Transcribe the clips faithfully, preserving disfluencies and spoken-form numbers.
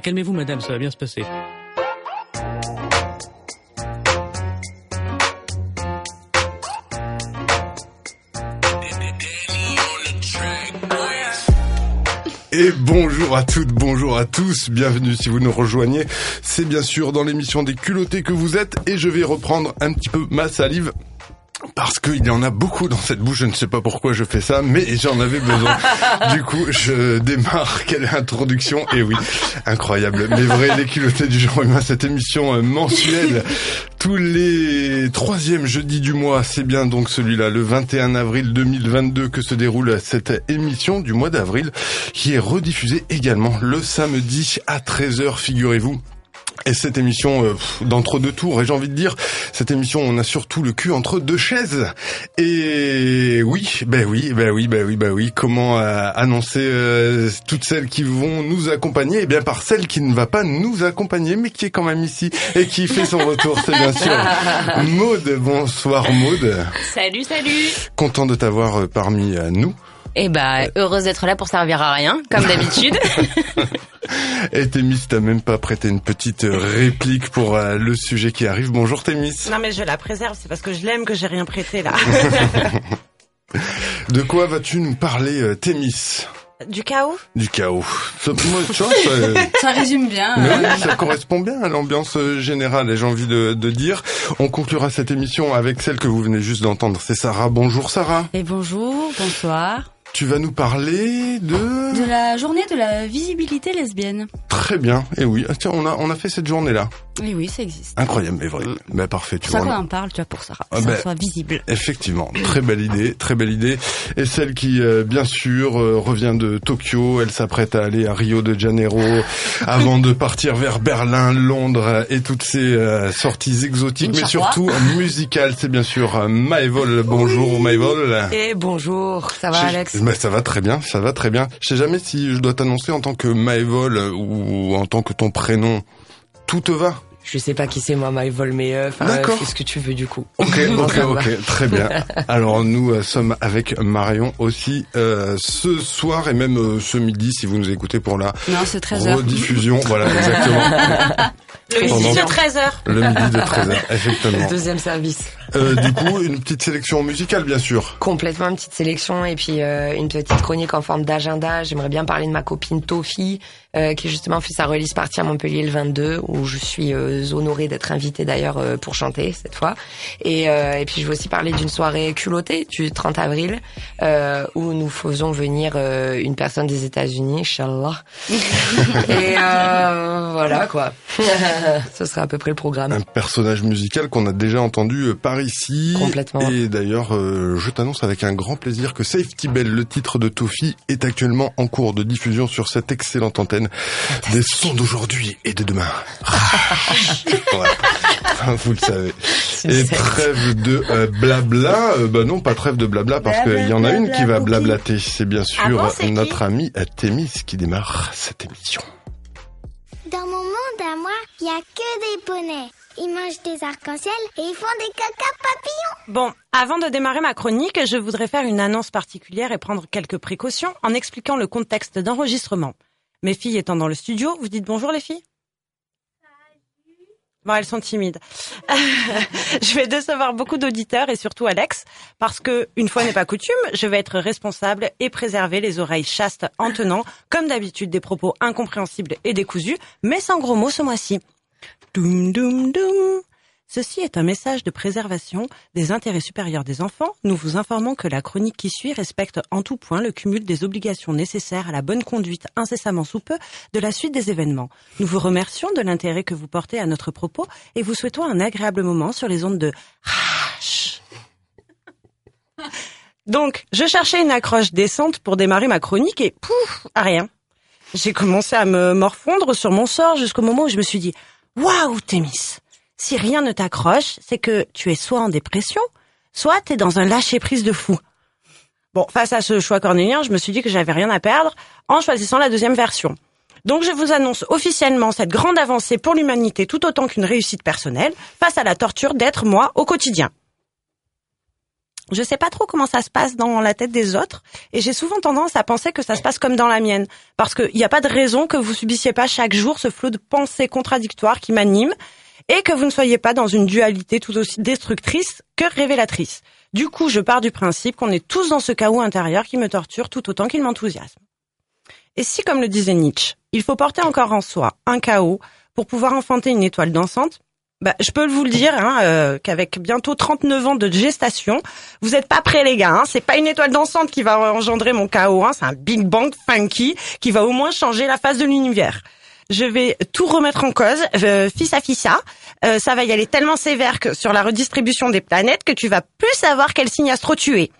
calmez-vous madame, ça va bien se passer. Et bonjour à toutes, bonjour à tous, bienvenue si vous nous rejoignez. C'est bien sûr dans l'émission des culottés que vous êtes et je vais reprendre un petit peu ma salive. Parce qu'il y en a beaucoup dans cette bouche, je ne sais pas pourquoi je fais ça, mais j'en avais besoin. Du coup, je démarre. Quelle introduction. Et oui, incroyable. Mais vrai, les culottés du genre humain, cette émission mensuelle, tous les troisièmes jeudis du mois, c'est bien donc celui-là, le vingt et un avril deux mille vingt-deux que se déroule cette émission du mois d'avril, qui est rediffusée également le samedi à treize heures, figurez-vous. Et cette émission euh, d'entre-deux tours, et j'ai envie de dire, cette émission, on a surtout le cul entre deux chaises. Et oui, ben oui, ben oui, ben oui, ben oui. Comment euh, annoncer euh, toutes celles qui vont nous accompagner? Eh bien, par celle qui ne va pas nous accompagner, mais qui est quand même ici et qui fait son retour, c'est bien sûr Maud. Bonsoir Maud. Salut, salut. Content de t'avoir euh, parmi euh, nous. Eh ben, heureuse d'être là pour servir à rien, comme d'habitude. Et Thémis, t'as même pas prêté une petite réplique pour euh, le sujet qui arrive. Bonjour Thémis. Non mais je la préserve, c'est parce que je l'aime que j'ai rien prêté là. De quoi vas-tu nous parler, euh, Thémis? Du chaos? Du chaos. Ça, moi, tu vois, ça, ça résume bien. Oui, ça correspond bien à l'ambiance générale, et j'ai envie de, de dire. On conclura cette émission avec celle que vous venez juste d'entendre. C'est Sarah. Bonjour Sarah. Et bonjour, bonsoir. Tu vas nous parler de... De la journée de la visibilité lesbienne. Très bien. Et oui, ah, tiens, on a on a fait cette journée-là. Et oui, ça existe. Incroyable, mais vrai. Ben parfait, tu vois. vois. Ça qu'on en parle, tu vois, pour Sarah. Ah, que ben, ça soit visible. Effectivement, très belle idée, très belle idée. Et celle qui, euh, bien sûr, euh, revient de Tokyo. Elle s'apprête à aller à Rio de Janeiro avant de partir vers Berlin, Londres et toutes ces euh, sorties exotiques, mais surtout musicales. C'est bien sûr euh, Maëvol. Bonjour Maëvol. Et bonjour, ça va je, Alex? Ben, ça va très bien, ça va très bien. Je sais jamais si je dois t'annoncer en tant que Maëvol ou en tant que ton prénom. Tout te va? Je sais pas qui c'est moi, Maëvol, mais euh, d'accord. Fais ce que tu veux du coup. Ok, ok, ok, très bien. Alors nous euh, sommes avec Marion aussi euh, ce soir et même euh, ce midi si vous nous écoutez pour la non, c'est treize heures. Rediffusion. Voilà, exactement. Le midi de treize heures. Le midi de treize heures, effectivement. Le deuxième service. Euh, du coup, une petite sélection musicale, bien sûr. Complètement une petite sélection et puis euh, une petite chronique en forme d'agenda. J'aimerais bien parler de ma copine Tofi, euh, qui justement fait sa release party à Montpellier le vingt-deux, où je suis euh, honorée d'être invitée d'ailleurs euh, pour chanter cette fois. Et, euh, et puis je veux aussi parler d'une soirée culottée du trente avril, euh, où nous faisons venir euh, une personne des États-Unis, Inch'Allah. Et euh, voilà quoi. Ce sera à peu près le programme. Un personnage musical qu'on a déjà entendu euh, par ici. Complètement. Et d'ailleurs, euh, je t'annonce avec un grand plaisir que Safety Bell, le titre de Tofi, est actuellement en cours de diffusion sur cette excellente antenne. Fantastique. Des sons d'aujourd'hui et de demain. Voilà. Vous le savez. Et trêve de euh, blabla. Euh, bah non, pas trêve de blabla parce qu'il y en a une qui va blablater. C'est bien sûr ah bon, c'est notre qui ami Thémis qui démarre cette émission. Dans mon monde à moi, il y a que des poneys. Ils mangent des arcs-en-ciel et ils font des caca papillons. Bon, avant de démarrer ma chronique, je voudrais faire une annonce particulière et prendre quelques précautions en expliquant le contexte d'enregistrement. Mes filles étant dans le studio, vous dites bonjour les filles ? Bon, elles sont timides. Je vais décevoir beaucoup d'auditeurs et surtout Alex, parce que, une fois n'est pas coutume, je vais être responsable et préserver les oreilles chastes en tenant, comme d'habitude, des propos incompréhensibles et décousus, mais sans gros mots ce mois-ci. Doum doum doum. Ceci est un message de préservation des intérêts supérieurs des enfants. Nous vous informons que la chronique qui suit respecte en tout point le cumul des obligations nécessaires à la bonne conduite incessamment sous peu de la suite des événements. Nous vous remercions de l'intérêt que vous portez à notre propos et vous souhaitons un agréable moment sur les ondes de H. Donc, je cherchais une accroche décente pour démarrer ma chronique et pouf, à rien. J'ai commencé à me morfondre sur mon sort jusqu'au moment où je me suis dit « Waouh, Thémis !» Si rien ne t'accroche, c'est que tu es soit en dépression, soit t'es dans un lâcher-prise de fou. Bon, face à ce choix cornélien, je me suis dit que j'avais rien à perdre en choisissant la deuxième version. Donc je vous annonce officiellement cette grande avancée pour l'humanité tout autant qu'une réussite personnelle face à la torture d'être moi au quotidien. Je sais pas trop comment ça se passe dans la tête des autres et j'ai souvent tendance à penser que ça se passe comme dans la mienne parce qu'il n'y a pas de raison que vous subissiez pas chaque jour ce flot de pensées contradictoires qui m'anime et que vous ne soyez pas dans une dualité tout aussi destructrice que révélatrice. Du coup, je pars du principe qu'on est tous dans ce chaos intérieur qui me torture tout autant qu'il m'enthousiasme. Et si, comme le disait Nietzsche, il faut porter encore en soi un chaos pour pouvoir enfanter une étoile dansante, bah, je peux vous le dire, hein, euh, qu'avec bientôt trente-neuf ans de gestation, vous n'êtes pas prêts les gars. Hein, c'est pas une étoile dansante qui va engendrer mon chaos. Hein, c'est un Big Bang funky qui va au moins changer la face de l'univers. Je vais tout remettre en cause, euh, fils à fissa. Euh, ça va y aller tellement sévère que sur la redistribution des planètes que tu vas plus savoir quel signe astro tu es.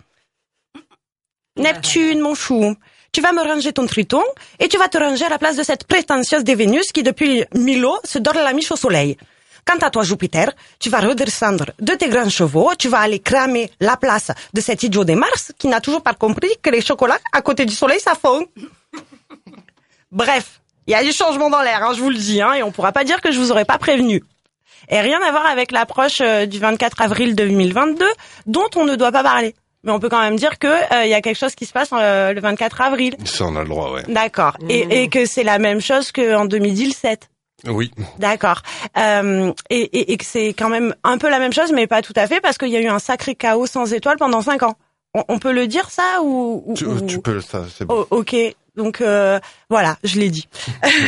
Neptune, mon chou. Tu vas me ranger ton triton et tu vas te ranger à la place de cette prétentieuse des Vénus qui depuis mille ans se dort la miche au soleil. Quant à toi, Jupiter, tu vas redescendre de tes grands chevaux, tu vas aller cramer la place de cet idiot des Mars qui n'a toujours pas compris que les chocolats à côté du soleil, ça fond. Bref, il y a du changement dans l'air, hein, je vous le dis, hein, et on pourra pas dire que je vous aurais pas prévenu. Et rien à voir avec l'approche euh, du vingt-quatre avril deux mille vingt-deux, dont on ne doit pas parler. Mais on peut quand même dire que il euh, y a quelque chose qui se passe euh, le vingt-quatre avril. Ça, on a le droit, ouais. D'accord. Mmh. Et, et que c'est la même chose qu'en deux mille dix-sept. Oui. D'accord. Euh, et, et, et que c'est quand même un peu la même chose, mais pas tout à fait, parce qu'il y a eu un sacré chaos sans étoiles pendant cinq ans. On, on peut le dire, ça, ou, ou tu, ou... tu peux, ça, c'est bon. Oh, ok. Donc euh, voilà, je l'ai dit.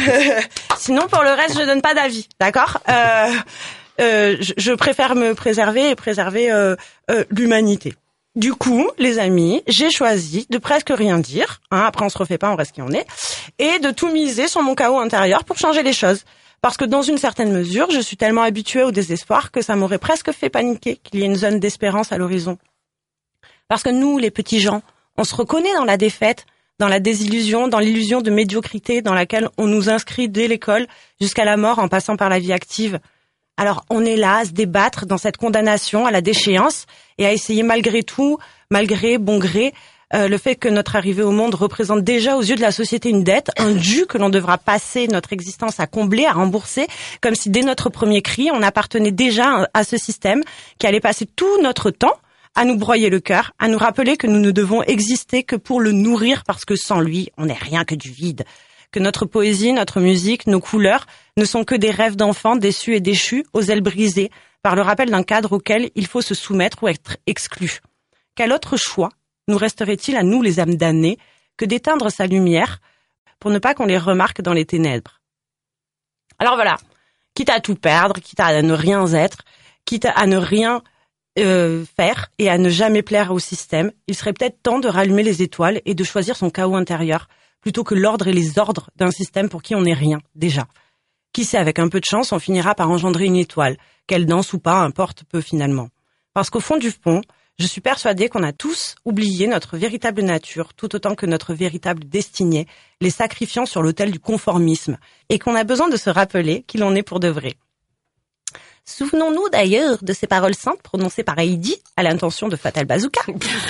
Sinon, pour le reste, je donne pas d'avis, d'accord. Euh, euh, je, je préfère me préserver et préserver euh, euh, l'humanité. Du coup, les amis, j'ai choisi de presque rien dire. Hein, après, on se refait pas, on reste qui on est, et de tout miser sur mon chaos intérieur pour changer les choses. Parce que dans une certaine mesure, je suis tellement habituée au désespoir que ça m'aurait presque fait paniquer qu'il y ait une zone d'espérance à l'horizon. Parce que nous, les petits gens, on se reconnaît dans la défaite, dans la désillusion, dans l'illusion de médiocrité dans laquelle on nous inscrit dès l'école jusqu'à la mort en passant par la vie active. Alors, on est là à se débattre dans cette condamnation à la déchéance et à essayer malgré tout, malgré bon gré, euh, le fait que notre arrivée au monde représente déjà aux yeux de la société une dette, un dû que l'on devra passer notre existence à combler, à rembourser, comme si dès notre premier cri, on appartenait déjà à ce système qui allait passer tout notre temps à nous broyer le cœur, à nous rappeler que nous ne devons exister que pour le nourrir parce que sans lui, on n'est rien que du vide. Que notre poésie, notre musique, nos couleurs ne sont que des rêves d'enfants déçus et déchus, aux ailes brisées, par le rappel d'un cadre auquel il faut se soumettre ou être exclu. Quel autre choix nous resterait-il à nous, les âmes damnées, que d'éteindre sa lumière pour ne pas qu'on les remarque dans les ténèbres? Alors voilà, quitte à tout perdre, quitte à ne rien être, quitte à ne rien euh, faire et à ne jamais plaire au système, il serait peut-être temps de rallumer les étoiles et de choisir son chaos intérieur, plutôt que l'ordre et les ordres d'un système pour qui on n'est rien, déjà. Qui sait, avec un peu de chance, on finira par engendrer une étoile, qu'elle danse ou pas, importe peu finalement. Parce qu'au fond du fond, je suis persuadée qu'on a tous oublié notre véritable nature, tout autant que notre véritable destinée, les sacrifiant sur l'autel du conformisme, et qu'on a besoin de se rappeler qui l'on est pour de vrai. Souvenons-nous d'ailleurs de ces paroles saintes prononcées par Heidi à l'intention de Fatal Bazooka.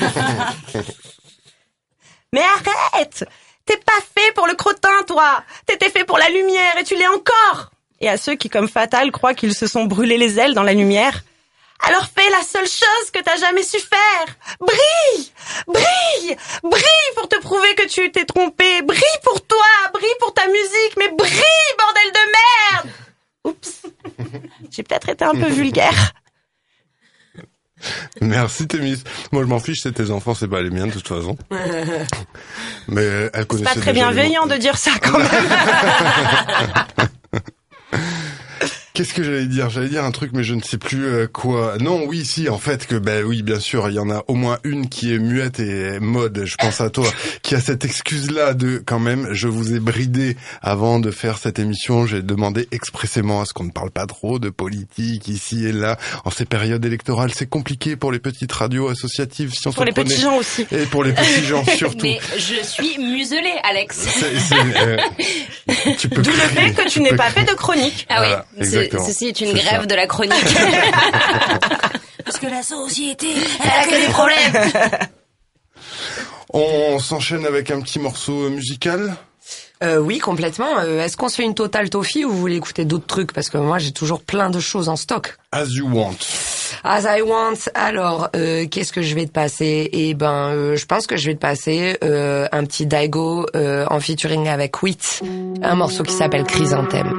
Mais arrête! T'es pas fait pour le crottin, toi! T'étais fait pour la lumière et tu l'es encore! Et à ceux qui, comme Fatal, croient qu'ils se sont brûlés les ailes dans la lumière, alors fais la seule chose que t'as jamais su faire! Brille! Brille! Brille pour te prouver que tu t'es trompé! Brille pour toi! Brille pour ta musique! Mais brille, bordel de merde! Oups! J'ai peut-être été un peu vulgaire. Merci Thémis. Moi je m'en fiche, c'est tes enfants, c'est pas les miens de toute façon. Mais elle connaissait. C'est pas très bienveillant de dire ça quand même. Qu'est-ce que j'allais dire? J'allais dire un truc, mais je ne sais plus euh, quoi. Non, oui, si, en fait, que ben oui, bien sûr, il y en a au moins une qui est muette et mode. Je pense à toi, qui a cette excuse-là de, quand même, je vous ai bridé avant de faire cette émission. J'ai demandé expressément à ce qu'on ne parle pas trop de politique ici et là. En ces périodes électorales, c'est compliqué pour les petites radios associatives. Si on pour les prenait... petits gens aussi. Et pour les petits gens surtout. Mais je suis muselée, Alex. C'est, c'est, euh, tu peux D'où le fait que tu n'es pas fait de chronique. Ah oui, voilà, c'est, ceci est une c'est grève ça. de la chronique. Parce que la société, elle a que des problèmes. On s'enchaîne avec un petit morceau musical. Euh, oui, complètement. Euh, est-ce qu'on se fait une totale Toffee ou vous voulez écouter d'autres trucs? Parce que moi, j'ai toujours plein de choses en stock. As You Want. As I Want. Alors, euh, qu'est-ce que je vais te passer? Eh ben, euh, je pense que je vais te passer euh, un petit Daigo euh, en featuring avec Wheat, un morceau qui s'appelle Chrysanthème.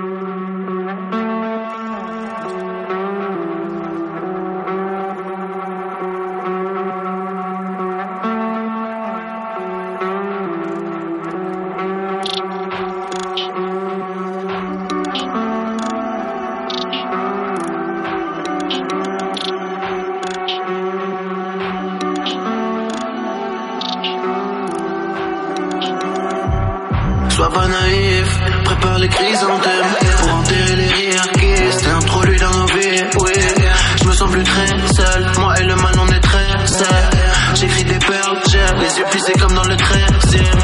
Sois pas naïf, prépare les chrysanthèmes pour enterrer les rires qui s'étaient introduits dans nos vies. Oui, je me sens plus très seul, moi et le mal on est très seul. J'écris des perles, j'ai les yeux plissés comme dans le treizième.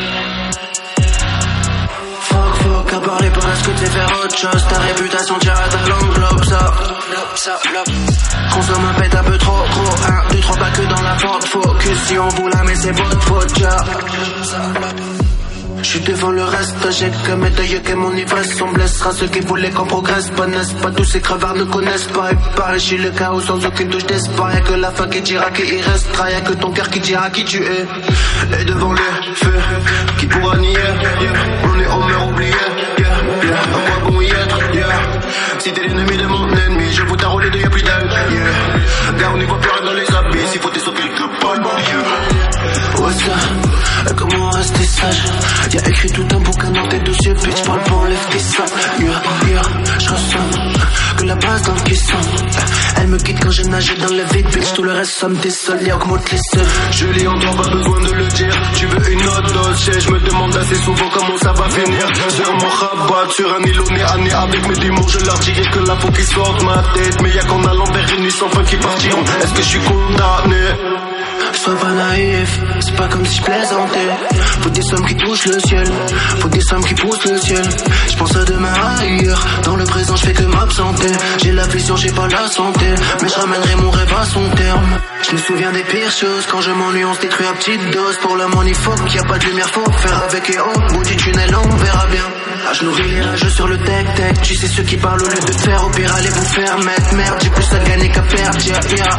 Fuck, fuck, à parler pas, est-ce que t'es faire autre chose? Ta réputation tire à ta langue, globe, ça, globe, ça, globe. Consomme un pète un peu trop, trop, un, deux, trois pas que dans la porte, focus, si on vous la met c'est votre faute, ja. Je suis devant le reste, j'ai que mes deuils que mon ivresse. On blessera ceux qui voulaient qu'on progresse. Pas n'est-ce pas, tous ces crevards ne connaissent pas. Et pareil, je suis le chaos sans aucune touche d'espoir. Y'a que la fin qui dira qui y restera. Y'a que ton cœur qui dira qui tu es. Et devant les faits, qui pourra nier, yeah. On est homme oublié, yeah, yeah. À quoi bon y être, yeah. Si t'es l'ennemi de mon ennemi, je vous t'enrouler de y'a plus d'elle, yeah. Car on n'y voit plus rien dans les habits. S'il faut tes sauver quelque part, yeah. Ouais ça, comment rester sage? Y'a écrit tout un bouquin dans tes dossiers, bitch, parle pas, enlève tes seins. Yeah, yeah, j'ressens que la base dans le cuisson. Elle me quitte quand j'ai nagé dans le vide, bitch, tout le reste ça me désole, y'a augmente les seuls. Je l'ai encore pas besoin de le dire. Tu veux une autre dose, je me demande assez souvent comment ça va finir. Sur mon rabat, sur un îlot nez à nez avec mes démons, je leur dirai que la peau qui sort de ma tête. Mais y'a qu'en allant vers une nuit sans fin qui partiront. Est-ce que je suis condamné? Sois pas naïf, c'est pas comme si je plaisantais. Faut des sommes qui touchent le ciel, faut des sommes qui poussent le ciel. Je pense à demain ailleurs, dans le présent je fais que m'absenter. J'ai la vision, j'ai pas la santé, mais je ramènerai mon rêve à son terme. Je me souviens des pires choses, quand je m'ennuie on se détruit à petite dose. Pour le money faut qu'il y a pas de lumière, faut faire avec et au bout du tunnel on verra bien. À genoux je sur le tech-tech, tu sais ceux qui parlent au lieu de faire. Au pire allez vous faire mettre, merde j'ai plus à gagner qu'à perdre, yeah, yeah.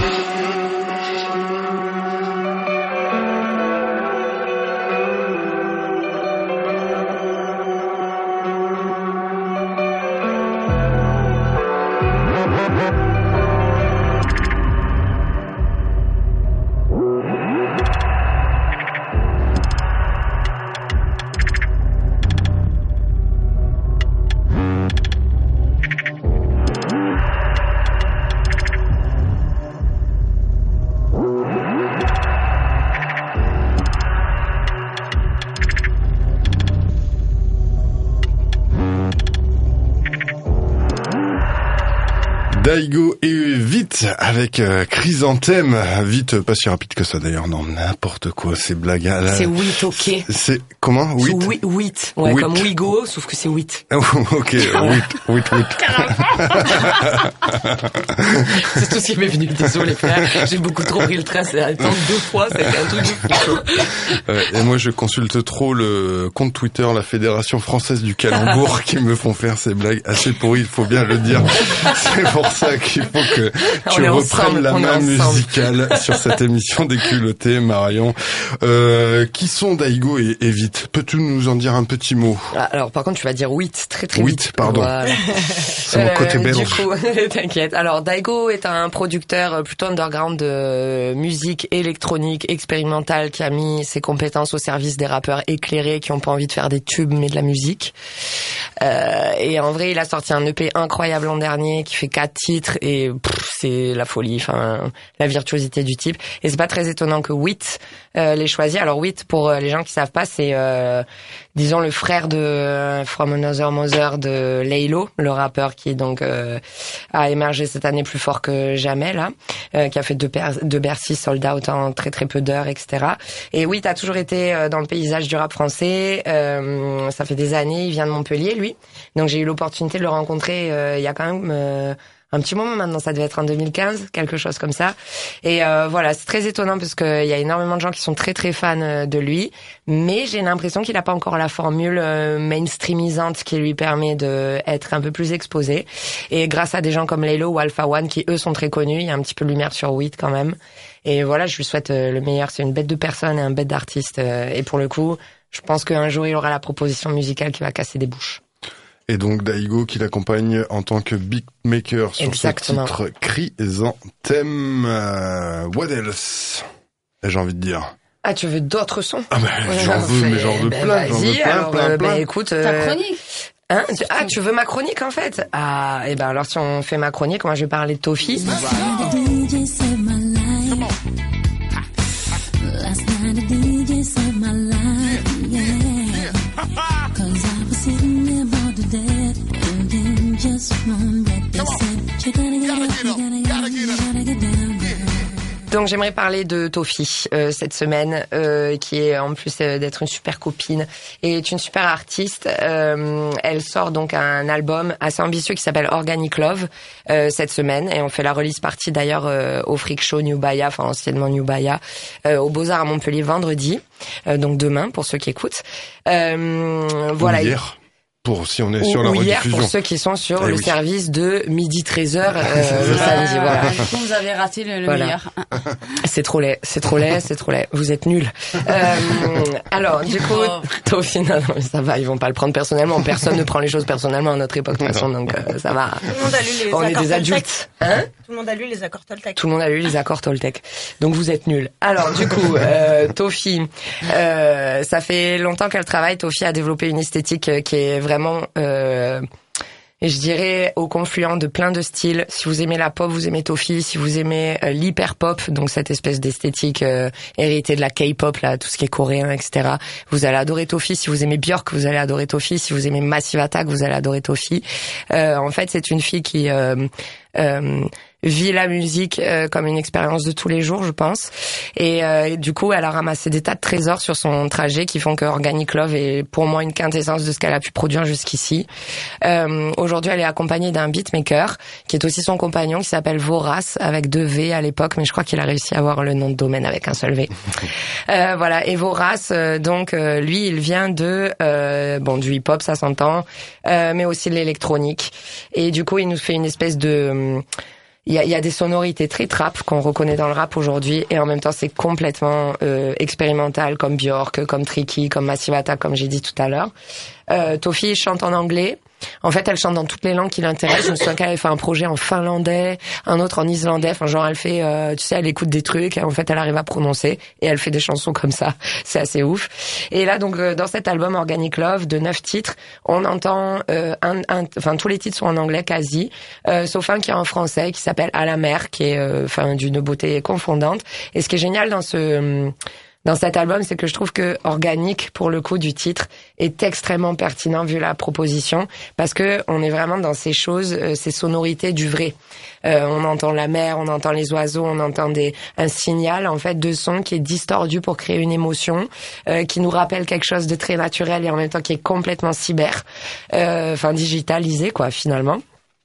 Daigo et Vite avec euh, Chrysanthème. Vite, pas si rapide que ça d'ailleurs, non, n'importe quoi, c'est blague. À la... C'est Wheat, ok. C'est comment? Wheat? Wheat, Wheat. Ouais, Wheat. Comme Wigo, sauf que c'est Wheat. Ok, Wheat, Wheat, Wheat. C'est tout ce qui m'est venu, désolé frère. J'ai beaucoup trop pris le train, c'est attendre deux fois, c'est un truc de fou. Euh, et moi je consulte trop le compte Twitter, la Fédération Française du Calembour, qui me font faire ces blagues assez pourries, il faut bien le dire. C'est pour ça qu'il faut que tu reprennes la main musicale sur cette émission des culottés, Marion. Euh, qui sont Daigo et, et Vite? Peux-tu nous en dire un petit mot? Alors par contre tu vas dire Wheat très très Wheat, vite. pardon. Voilà. C'est mon côté belge. Du coup, t'inquiète. Alors Daigo est un producteur plutôt underground de musique électronique expérimentale qui a mis ses compétences au service des rappeurs éclairés qui ont pas envie de faire des tubes mais de la musique. Euh, et en vrai, il a sorti un E P incroyable l'an dernier qui fait quatre titres et pff, c'est la folie, enfin la virtuosité du type. Et c'est pas très étonnant que Wheat euh, l'ait choisi. Alors Wheat, pour euh, les gens qui savent pas, c'est euh, disons le frère de euh, From Another Mother de Laylo, le rappeur qui donc euh, a émergé cette année plus fort que jamais là, euh, qui a fait deux, per- deux Bercy sold out en très très peu d'heures, et cetera. Et Wheat a toujours été euh, dans le paysage du rap français. Euh, ça fait des années, il vient de Montpellier lui. Donc j'ai eu l'opportunité de le rencontrer euh, il y a quand même euh, un petit moment maintenant, ça devait être en deux mille quinze, quelque chose comme ça. Et euh, voilà, c'est très étonnant parce que il y a énormément de gens qui sont très très fans de lui, mais j'ai l'impression qu'il a pas encore la la formule euh, mainstreamisante qui lui permet de être un peu plus exposé. Et grâce à des gens comme Laylo ou Alpha One qui eux sont très connus, il y a un petit peu de lumière sur Weed quand même. Et voilà, je lui souhaite euh, le meilleur. C'est une bête de personne et un bête d'artiste. Euh, et pour le coup, je pense qu'un jour il aura la proposition musicale qui va casser des bouches. Et donc Daigo qui l'accompagne en tant que beatmaker sur Exactement. ce titre Chrysanthème. Euh, what else? J'ai envie de dire. Ah, tu veux d'autres sons? Ah bah, j'en veux, mais j'en veux ben, plein, j'en veux vas-y, plein, alors, plein, euh, plein. Ben, écoute, Ta euh, chronique. Hein, tu, ah, tu veux ma chronique en fait? Ah, et ben alors si on fait ma chronique, moi je vais parler de Tofi. Donc j'aimerais parler de Tofi euh, cette semaine, euh, qui est en plus euh, d'être une super copine et est une super artiste. Euh, elle sort donc un album assez ambitieux qui s'appelle Organic Love euh, cette semaine et on fait la release party d'ailleurs euh, au Freak Show New Baya, enfin anciennement New Baya, euh, au Beaux-Arts à Montpellier vendredi, euh, donc demain pour ceux qui écoutent. Euh, voilà. Ou hier. Pour si on est Ou, sur la ou hier rediffusion. pour ceux qui sont sur Eh le oui. service de midi treize heures euh, le samedi. Voilà. Du coup, vous avez raté le, le Voilà. meilleur. C'est trop laid, c'est trop laid, c'est trop laid. Vous êtes nuls. Euh, alors, du coup, Oh. Tofi, non, non, mais ça va, ils vont pas le prendre personnellement. Personne ne prend les choses personnellement à notre époque de toute façon, donc euh, ça va. Tout le monde a lu les On est accords des Toltec. adultes, hein? Tout le monde a lu les accords Toltec. Tout le monde a lu les accords Toltec. Donc vous êtes nuls. Alors du coup, euh, Tofi, euh, ça fait longtemps qu'elle travaille. Tofi a développé une esthétique euh, qui est vraiment, euh, je dirais, au confluent de plein de styles. Si vous aimez la pop, vous aimez Tofi. Si vous aimez euh, l'hyper pop, donc cette espèce d'esthétique euh, héritée de la K-pop, là, tout ce qui est coréen, et cetera. Vous allez adorer Tofi. Si vous aimez Björk, vous allez adorer Tofi. Si vous aimez Massive Attack, vous allez adorer Tofi. Euh, en fait, c'est une fille qui euh, euh, vit la musique euh, comme une expérience de tous les jours, je pense. Et euh, du coup, elle a ramassé des tas de trésors sur son trajet qui font que Organic Love est pour moi une quintessence de ce qu'elle a pu produire jusqu'ici. Euh, aujourd'hui, elle est accompagnée d'un beatmaker qui est aussi son compagnon, qui s'appelle Vorace, avec deux V à l'époque, mais je crois qu'il a réussi à avoir le nom de domaine avec un seul V. Euh, voilà. Et Vorace, euh, donc euh, lui, il vient de euh, bon du hip-hop, ça s'entend, euh, mais aussi de l'électronique. Et du coup, il nous fait une espèce de Il y a, il y a des sonorités très trap qu'on reconnaît dans le rap aujourd'hui et en même temps c'est complètement euh, expérimental comme Björk, comme Tricky, comme Massive Attack comme j'ai dit tout à l'heure. Euh, Tofi chante en anglais. En fait, elle chante dans toutes les langues qui l'intéressent. Je me souviens qu'elle avait fait un projet en finlandais, un autre en islandais. Enfin, genre, elle fait, euh, tu sais, elle écoute des trucs et en fait, elle arrive à prononcer et elle fait des chansons comme ça. C'est assez ouf. Et là, donc, euh, dans cet album Organic Love de neuf titres, on entend, euh, un, un, enfin, tous les titres sont en anglais quasi, euh, sauf un qui est en français qui s'appelle À la mer, qui est, euh, enfin, d'une beauté confondante. Et ce qui est génial dans ce Dans cet album, c'est que je trouve que Organique, pour le coup, du titre, est extrêmement pertinent vu la proposition, parce que on est vraiment dans ces choses, euh, ces sonorités du vrai. Euh, on entend la mer, on entend les oiseaux, on entend des, un signal, en fait, de son qui est distordu pour créer une émotion, euh, qui nous rappelle quelque chose de très naturel et en même temps qui est complètement cyber, euh, enfin digitalisé, quoi, finalement.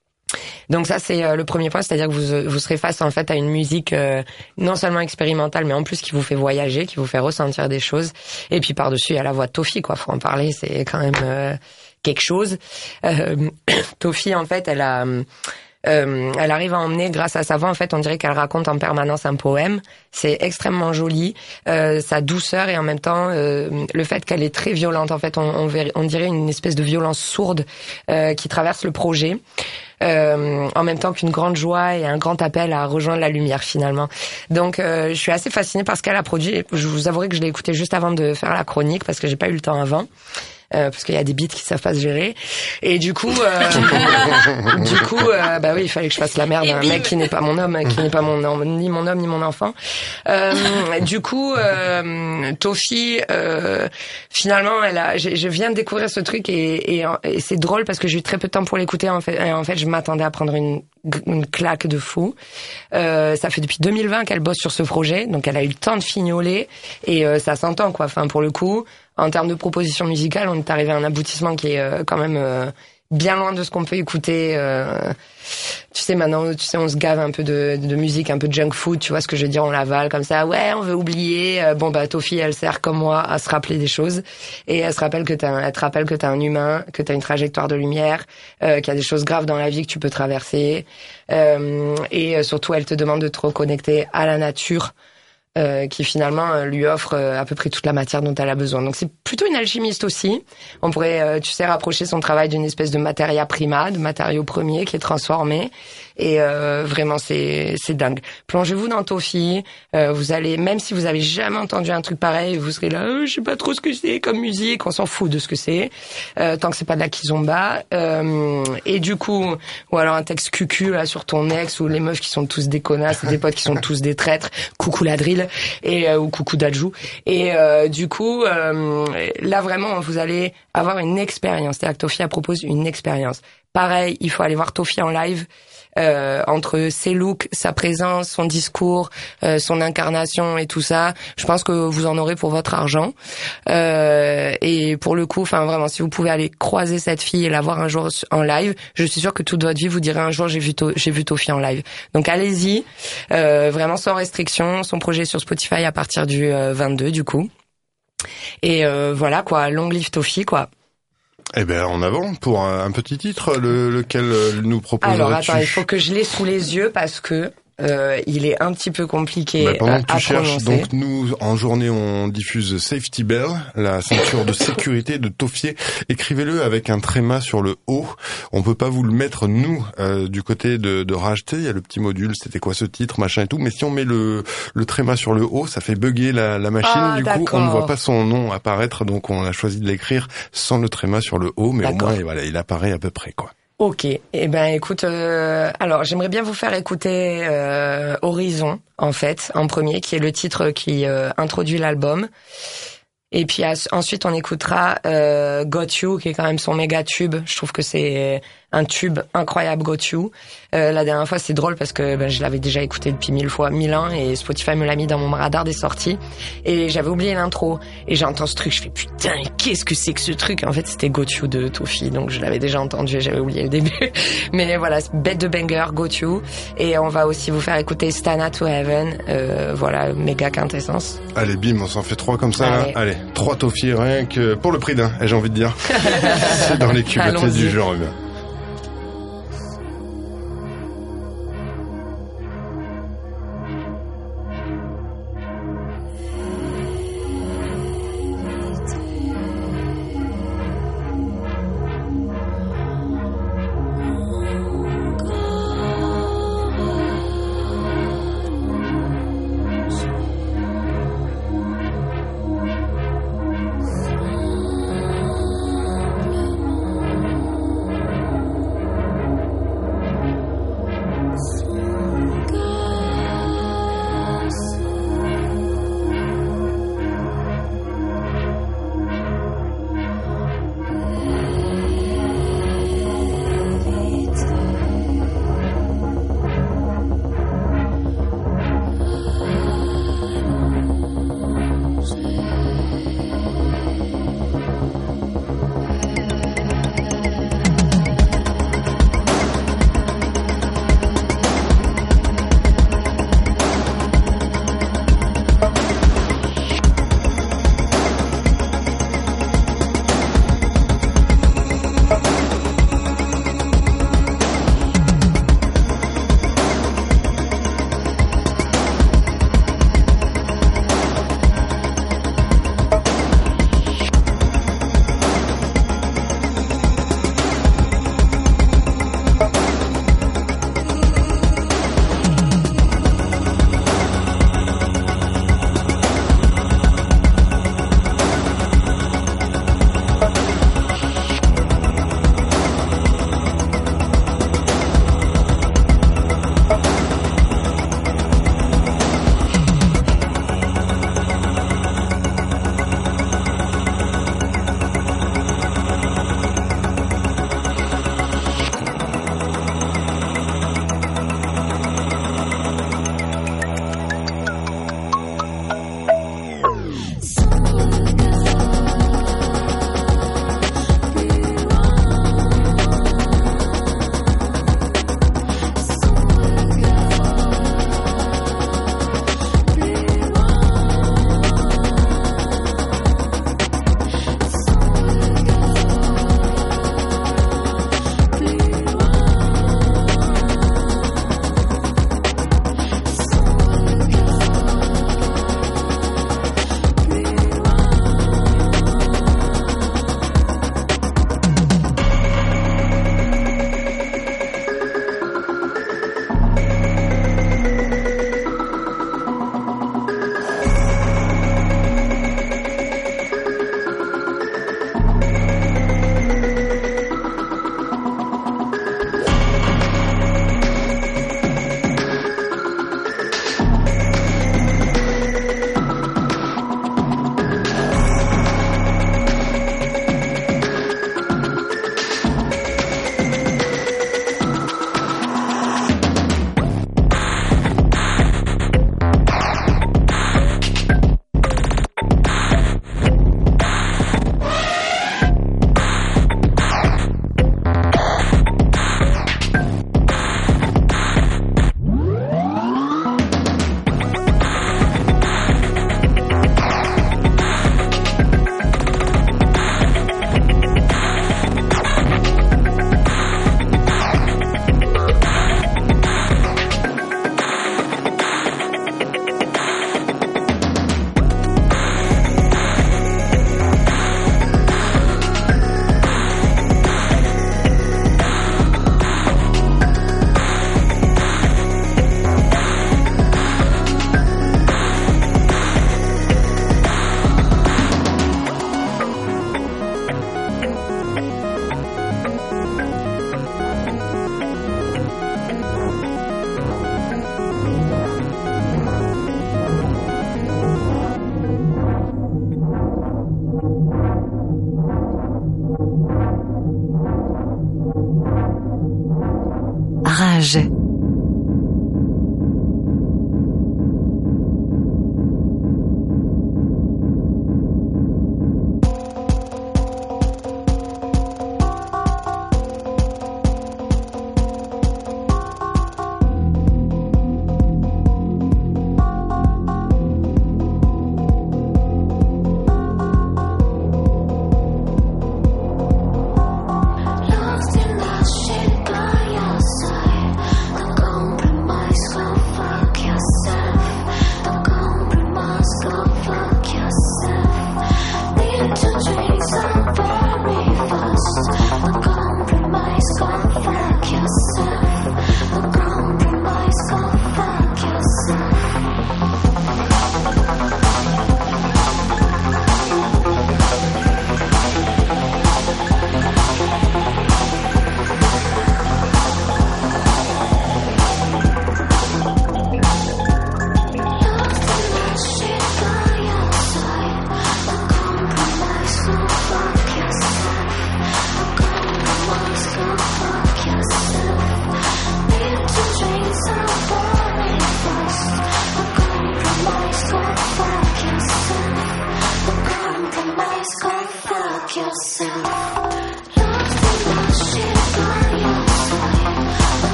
Donc ça c'est euh, le premier point, c'est-à-dire que vous vous serez face en fait à une musique euh, non seulement expérimentale mais en plus qui vous fait voyager, qui vous fait ressentir des choses. Et puis par-dessus il y a la voix de Tofi, quoi, faut en parler, c'est quand même euh, quelque chose. Euh, Tofi en fait, elle a Euh, elle arrive à emmener, grâce à sa voix, en fait, on dirait qu'elle raconte en permanence un poème. C'est extrêmement joli, euh, sa douceur et en même temps euh, le fait qu'elle est très violente. En fait, on, on, ver, on dirait une espèce de violence sourde euh, qui traverse le projet. Euh, en même temps qu'une grande joie et un grand appel à rejoindre la lumière finalement. Donc euh, je suis assez fascinée par ce qu'elle a produit. Je vous avouerai que je l'ai écouté juste avant de faire la chronique parce que j'ai pas eu le temps avant. Euh, parce qu'il y a des beats qui savent pas se gérer et du coup euh, du coup euh, bah oui il fallait que je fasse la merde d'un mec qui n'est pas mon homme, qui n'est pas mon ni mon homme ni mon enfant. Euh, du coup euh, Tofi euh, finalement elle a je, je viens de découvrir ce truc et, et, et c'est drôle parce que j'ai eu très peu de temps pour l'écouter en fait. Et en fait je m'attendais à prendre une une claque de fou. Euh, ça fait depuis deux mille vingt qu'elle bosse sur ce projet, donc elle a eu le temps de fignoler et euh, ça s'entend, quoi. Enfin pour le coup, en termes de proposition musicale, on est arrivé à un aboutissement qui est euh, quand même euh, bien loin de ce qu'on peut écouter. Euh, tu sais, maintenant, tu sais, on se gave un peu de, de musique, un peu de junk food, tu vois ce que je veux dire, on l'avale comme ça. Ouais, on veut oublier. Euh, bon, bah, Tofi, elle sert comme moi à se rappeler des choses. Et elle se rappelle que t'as, elle te rappelle que t'es un humain, que t'as une trajectoire de lumière, euh, qu'il y a des choses graves dans la vie que tu peux traverser. Euh, et surtout, elle te demande de te reconnecter à la nature. Euh, qui finalement euh, lui offre euh, à peu près toute la matière dont elle a besoin. Donc c'est plutôt une alchimiste aussi. On pourrait, euh, tu sais, rapprocher son travail d'une espèce de materia prima, de matériau premier qui est transformé. Et euh, vraiment, c'est c'est dingue. Plongez-vous dans Tofi. Euh, vous allez, même si vous avez jamais entendu un truc pareil, vous serez là, euh, je sais pas trop ce que c'est comme musique. On s'en fout de ce que c'est, euh, tant que c'est pas de la kizomba. Euh, et du coup, ou alors un texte cucu là sur ton ex ou les meufs qui sont tous des connasses, et des potes qui sont tous des traîtres. Coucou la drill. Et euh, ou coucou Dajou. Et euh, du coup, euh, là vraiment, vous allez avoir une expérience. C'est-à-dire que Tofi propose une expérience. Pareil, il faut aller voir Tofi en live. Euh, entre ses looks, sa présence, son discours, euh, son incarnation et tout ça, je pense que vous en aurez pour votre argent. Euh, et pour le coup, enfin vraiment, si vous pouvez aller croiser cette fille et la voir un jour en live, je suis sûre que toute votre vie vous direz un jour j'ai vu to- j'ai vu Tofi en live. Donc allez-y, euh, vraiment sans restriction. Son projet est sur Spotify à partir du euh, vingt-deux du coup. Et euh, voilà quoi, long live Tofi quoi. Eh ben, en avant pour un, un petit titre, le, lequel nous proposerais-tu? Alors attends, il faut que je l'ai sous les yeux parce que euh, il est un petit peu compliqué bah, pendant euh, que tu à cherches, prononcer. donc nous, en journée, on diffuse Safety Bell, la ceinture de sécurité de Tofi. Écrivez-le avec un tréma sur le haut. On peut pas vous le mettre, nous, euh, du côté de, de racheter. Il y a le petit module, c'était quoi ce titre, machin et tout. Mais si on met le, le tréma sur le haut, ça fait bugger la, la machine. Ah, du d'accord. coup, on ne voit pas son nom apparaître. Donc, on a choisi de l'écrire sans le tréma sur le haut. Mais D'accord. au moins, voilà, il apparaît à peu près, quoi. Ok, eh ben écoute, euh, alors j'aimerais bien vous faire écouter euh, Horizon en fait, en premier, qui est le titre qui euh, introduit l'album. Et puis as- ensuite on écoutera euh, Got You, qui est quand même son méga tube. Je trouve que c'est un tube incroyable, Got You. Euh, la dernière fois c'est drôle parce que ben, je l'avais déjà écouté depuis mille fois, mille ans, et Spotify me l'a mis dans mon radar des sorties. Et j'avais oublié l'intro. Et j'entends ce truc, je fais putain, qu'est-ce que c'est que ce truc? En fait c'était Got You de Tofi, donc je l'avais déjà entendu et j'avais oublié le début. Mais voilà, c'est bête de banger, Got You. Et on va aussi vous faire écouter Stana to Heaven. Euh, voilà, méga quintessence. Allez, bim, on s'en fait trois comme ça, Allez. là. Allez, trois Tofi, rien que pour le prix d'un, j'ai envie de dire. C'est dans les culottés Allons-y. du genre humain. Thank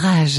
Rage.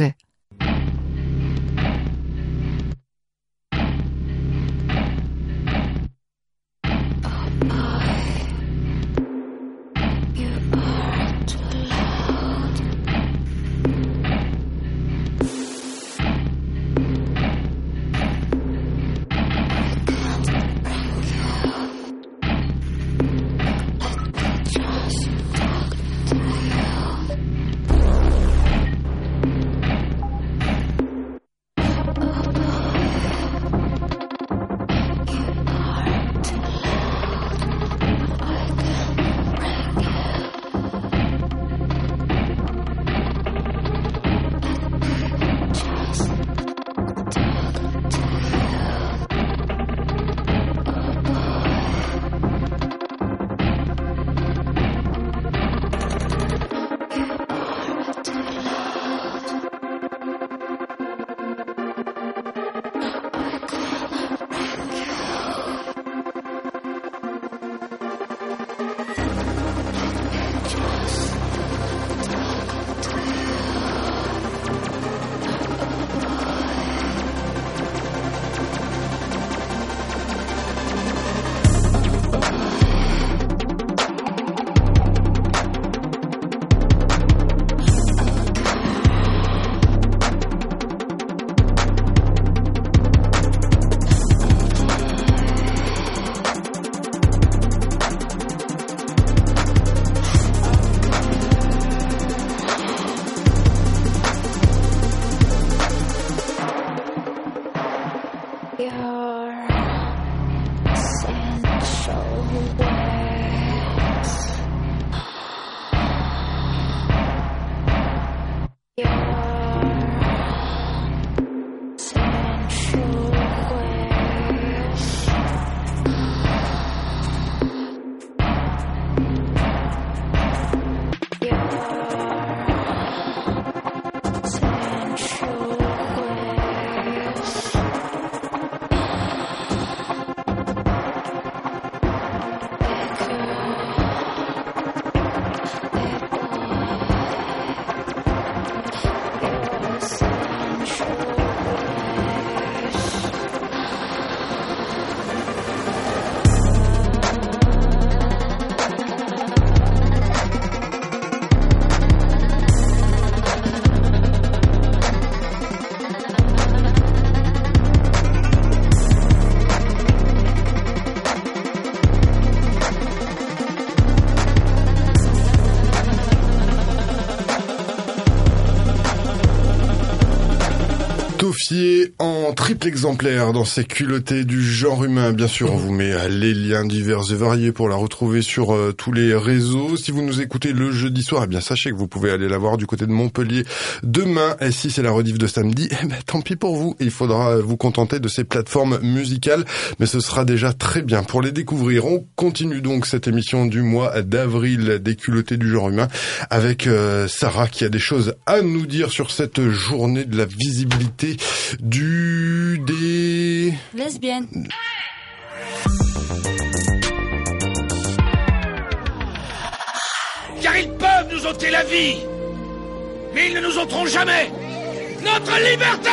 En triple exemplaire dans ces culottés du genre humain. Bien sûr, on vous met les liens divers et variés pour la retrouver sur euh, tous les réseaux. Si vous nous écoutez le jeudi soir, eh bien sachez que vous pouvez aller la voir du côté de Montpellier demain. Et si c'est la rediff de samedi, eh ben tant pis pour vous. Il faudra vous contenter de ces plateformes musicales, mais ce sera déjà très bien pour les découvrir. On continue donc cette émission du mois d'avril des culottés du genre humain avec euh, Sarah qui a des choses à nous dire sur cette journée de la visibilité du des lesbiennes. Car ils peuvent nous ôter la vie, mais ils ne nous ôteront jamais notre liberté.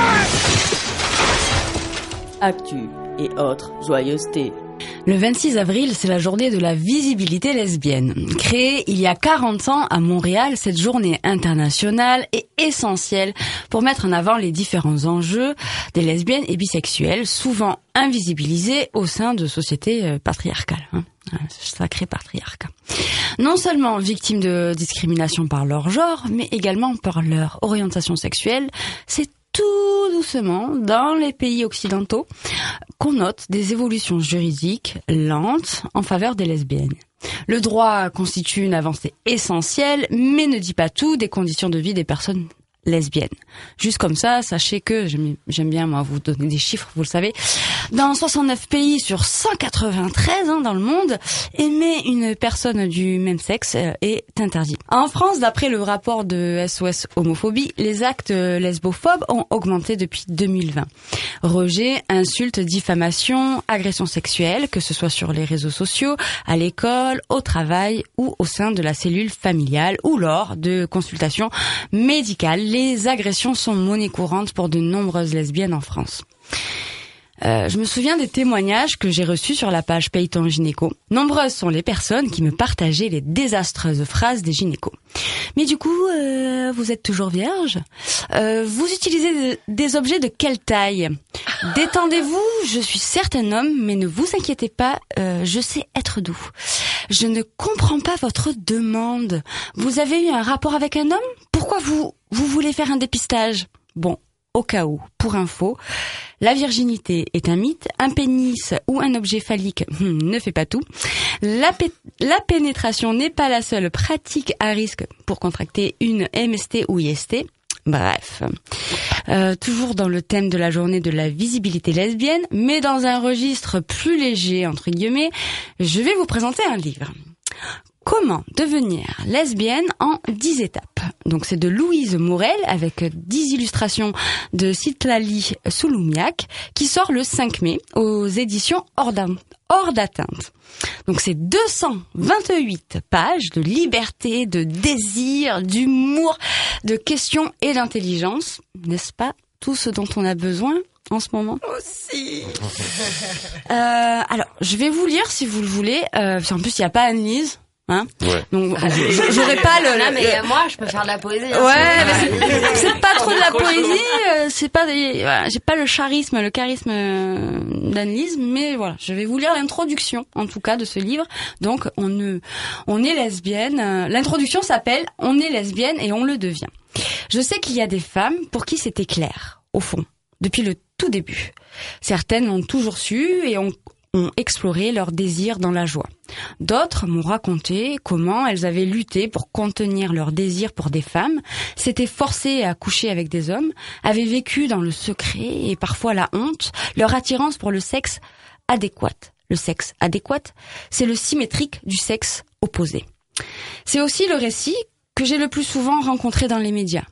Actu et autres joyeusetés. Le vingt-six avril, c'est la journée de la visibilité lesbienne. Créée il y a quarante ans à Montréal, cette journée internationale est essentielle pour mettre en avant les différents enjeux des lesbiennes et bisexuelles, souvent invisibilisées au sein de sociétés patriarcales. Hein. Sacré patriarcat. Non seulement victimes de discrimination par leur genre, mais également par leur orientation sexuelle, c'est tout doucement, dans les pays occidentaux, qu'on note des évolutions juridiques lentes en faveur des lesbiennes. Le droit constitue une avancée essentielle, mais ne dit pas tout des conditions de vie des personnes lesbiennes. Juste comme ça, sachez que, j'aime, j'aime bien moi vous donner des chiffres, vous le savez, Dans soixante-neuf pays sur cent quatre-vingt-treize hein, dans le monde, aimer une personne du même sexe est interdit. En France, d'après le rapport de S O S Homophobie, les actes lesbophobes ont augmenté depuis deux mille vingt. Rejet, insultes, diffamation, agressions sexuelles, que ce soit sur les réseaux sociaux, à l'école, au travail ou au sein de la cellule familiale ou lors de consultations médicales. Les agressions sont monnaie courante pour de nombreuses lesbiennes en France. Euh, je me souviens des témoignages que j'ai reçus sur la page Paye ton gynéco. Nombreuses sont les personnes qui me partageaient les désastreuses phrases des gynécos. Mais du coup, euh, vous êtes toujours vierge ? euh, Vous utilisez de, des objets de quelle taille ? Détendez-vous, je suis certes un homme, mais ne vous inquiétez pas, euh, je sais être doux. Je ne comprends pas votre demande. Vous avez eu un rapport avec un homme ? Pourquoi vous, vous voulez faire un dépistage ? Bon, au cas où, pour info, la virginité est un mythe, un pénis ou un objet phallique hmm, ne fait pas tout. La, pé- la pénétration n'est pas la seule pratique à risque pour contracter une M S T ou I S T. Bref, euh, toujours dans le thème de la journée de la visibilité lesbienne, mais dans un registre plus léger, entre guillemets, je vais vous présenter un livre. Comment devenir lesbienne en dix étapes. Donc c'est de Louise Morel avec dix illustrations de Citlali Souloumiac qui sort le cinq mai aux éditions Hors d'atteinte. Donc c'est deux cent vingt-huit pages de liberté, de désir, d'humour, de questions et d'intelligence. N'est-ce pas tout ce dont on a besoin en ce moment? Aussi. euh, alors, je vais vous lire si vous le voulez. Euh, en plus, il n'y a pas Anne-Lise. Hein? Ouais. Donc, j'aurais pas le, non, mais le... moi, je peux faire de la poésie. Hein, ouais, mais c'est, c'est pas trop de la poésie, euh, c'est pas, voilà, j'ai pas le charisme, le charisme euh, d'Anne-Lise, mais voilà, je vais vous lire l'introduction, en tout cas, de ce livre. Donc, on ne, on est lesbienne. Euh, l'introduction s'appelle « On est lesbienne et on le devient ». Je sais qu'il y a des femmes pour qui c'était clair, au fond, depuis le tout début. Certaines l'ont toujours su et ont ont exploré leur désir dans la joie. D'autres m'ont raconté comment elles avaient lutté pour contenir leur désir pour des femmes, s'étaient forcées à coucher avec des hommes, avaient vécu dans le secret et parfois la honte, leur attirance pour le sexe adéquat. Le sexe adéquat, c'est le symétrique du sexe opposé. C'est aussi le récit que j'ai le plus souvent rencontré dans les médias.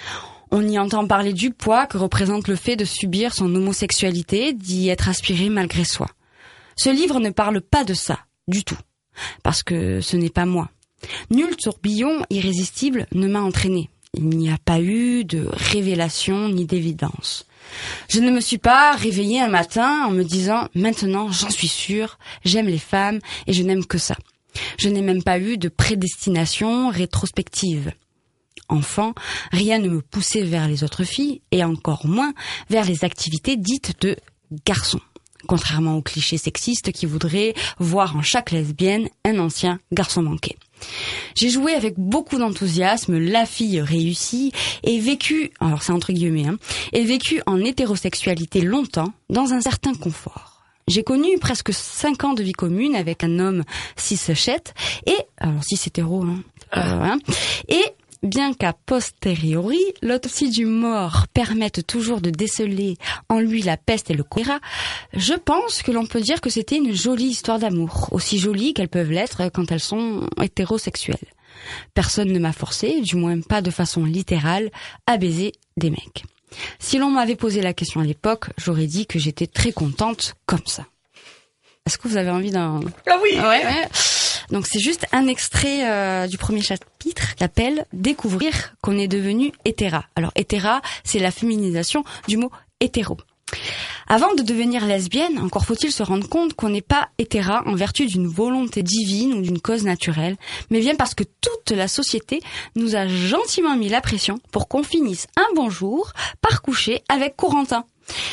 On y entend parler du poids que représente le fait de subir son homosexualité, d'y être aspiré malgré soi. Ce livre ne parle pas de ça, du tout, parce que ce n'est pas moi. Nul tourbillon irrésistible ne m'a entraîné. Il n'y a pas eu de révélation ni d'évidence. Je ne me suis pas réveillée un matin en me disant « Maintenant, j'en suis sûre, j'aime les femmes et je n'aime que ça ». Je n'ai même pas eu de prédestination rétrospective. Enfant, rien ne me poussait vers les autres filles et encore moins vers les activités dites de garçons. Contrairement aux clichés sexistes qui voudraient voir en chaque lesbienne un ancien garçon manqué. J'ai joué avec beaucoup d'enthousiasme la fille réussie et vécu, alors c'est entre guillemets, hein, et vécu en hétérosexualité longtemps dans un certain confort. J'ai connu presque cinq ans de vie commune avec un homme cis-chète et, alors cis hétéro, hein, euh, hein, et bien qu'à posteriori, l'autopsie du mort permette toujours de déceler en lui la peste et le choléra, je pense que l'on peut dire que c'était une jolie histoire d'amour, aussi jolie qu'elles peuvent l'être quand elles sont hétérosexuelles. Personne ne m'a forcé, du moins pas de façon littérale, à baiser des mecs. Si l'on m'avait posé la question à l'époque, j'aurais dit que j'étais très contente comme ça. Est-ce que vous avez envie d'un... Ah oui. Ouais, ouais. Donc c'est juste un extrait euh, du premier chapitre qui s'appelle « Découvrir qu'on est devenu hétéra ». Alors hétéra, c'est la féminisation du mot hétéro. Avant de devenir lesbienne, encore faut-il se rendre compte qu'on n'est pas hétéra en vertu d'une volonté divine ou d'une cause naturelle, mais bien parce que toute la société nous a gentiment mis la pression pour qu'on finisse un bon jour par coucher avec Corentin.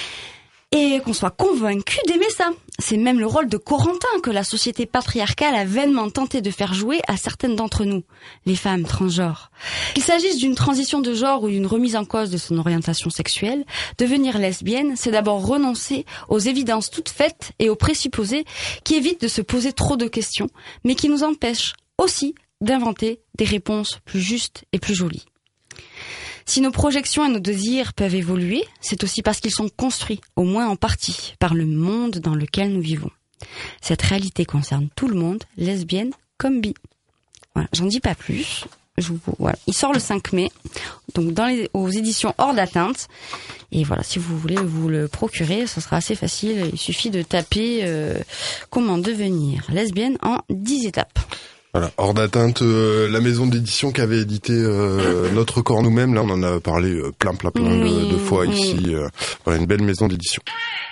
Et qu'on soit convaincu d'aimer ça. C'est même le rôle de Corentin que la société patriarcale a vainement tenté de faire jouer à certaines d'entre nous, les femmes transgenres. Qu'il s'agisse d'une transition de genre ou d'une remise en cause de son orientation sexuelle, devenir lesbienne, c'est d'abord renoncer aux évidences toutes faites et aux présupposés qui évitent de se poser trop de questions, mais qui nous empêchent aussi d'inventer des réponses plus justes et plus jolies. Si nos projections et nos désirs peuvent évoluer, c'est aussi parce qu'ils sont construits, au moins en partie, par le monde dans lequel nous vivons. Cette réalité concerne tout le monde, lesbienne comme bi. Voilà, j'en dis pas plus. Je vous, voilà. Il sort le cinq mai, donc dans les, aux éditions Hors d'atteinte. Et voilà, si vous voulez vous le procurer, ce sera assez facile. Il suffit de taper euh, comment devenir lesbienne en dix étapes. Voilà, Hors d'atteinte, euh, la maison d'édition qui avait édité euh, Notre corps nous-mêmes. Là, on en a parlé euh, plein, plein, plein oui, de, de fois oui. ici. Euh, voilà, une belle maison d'édition.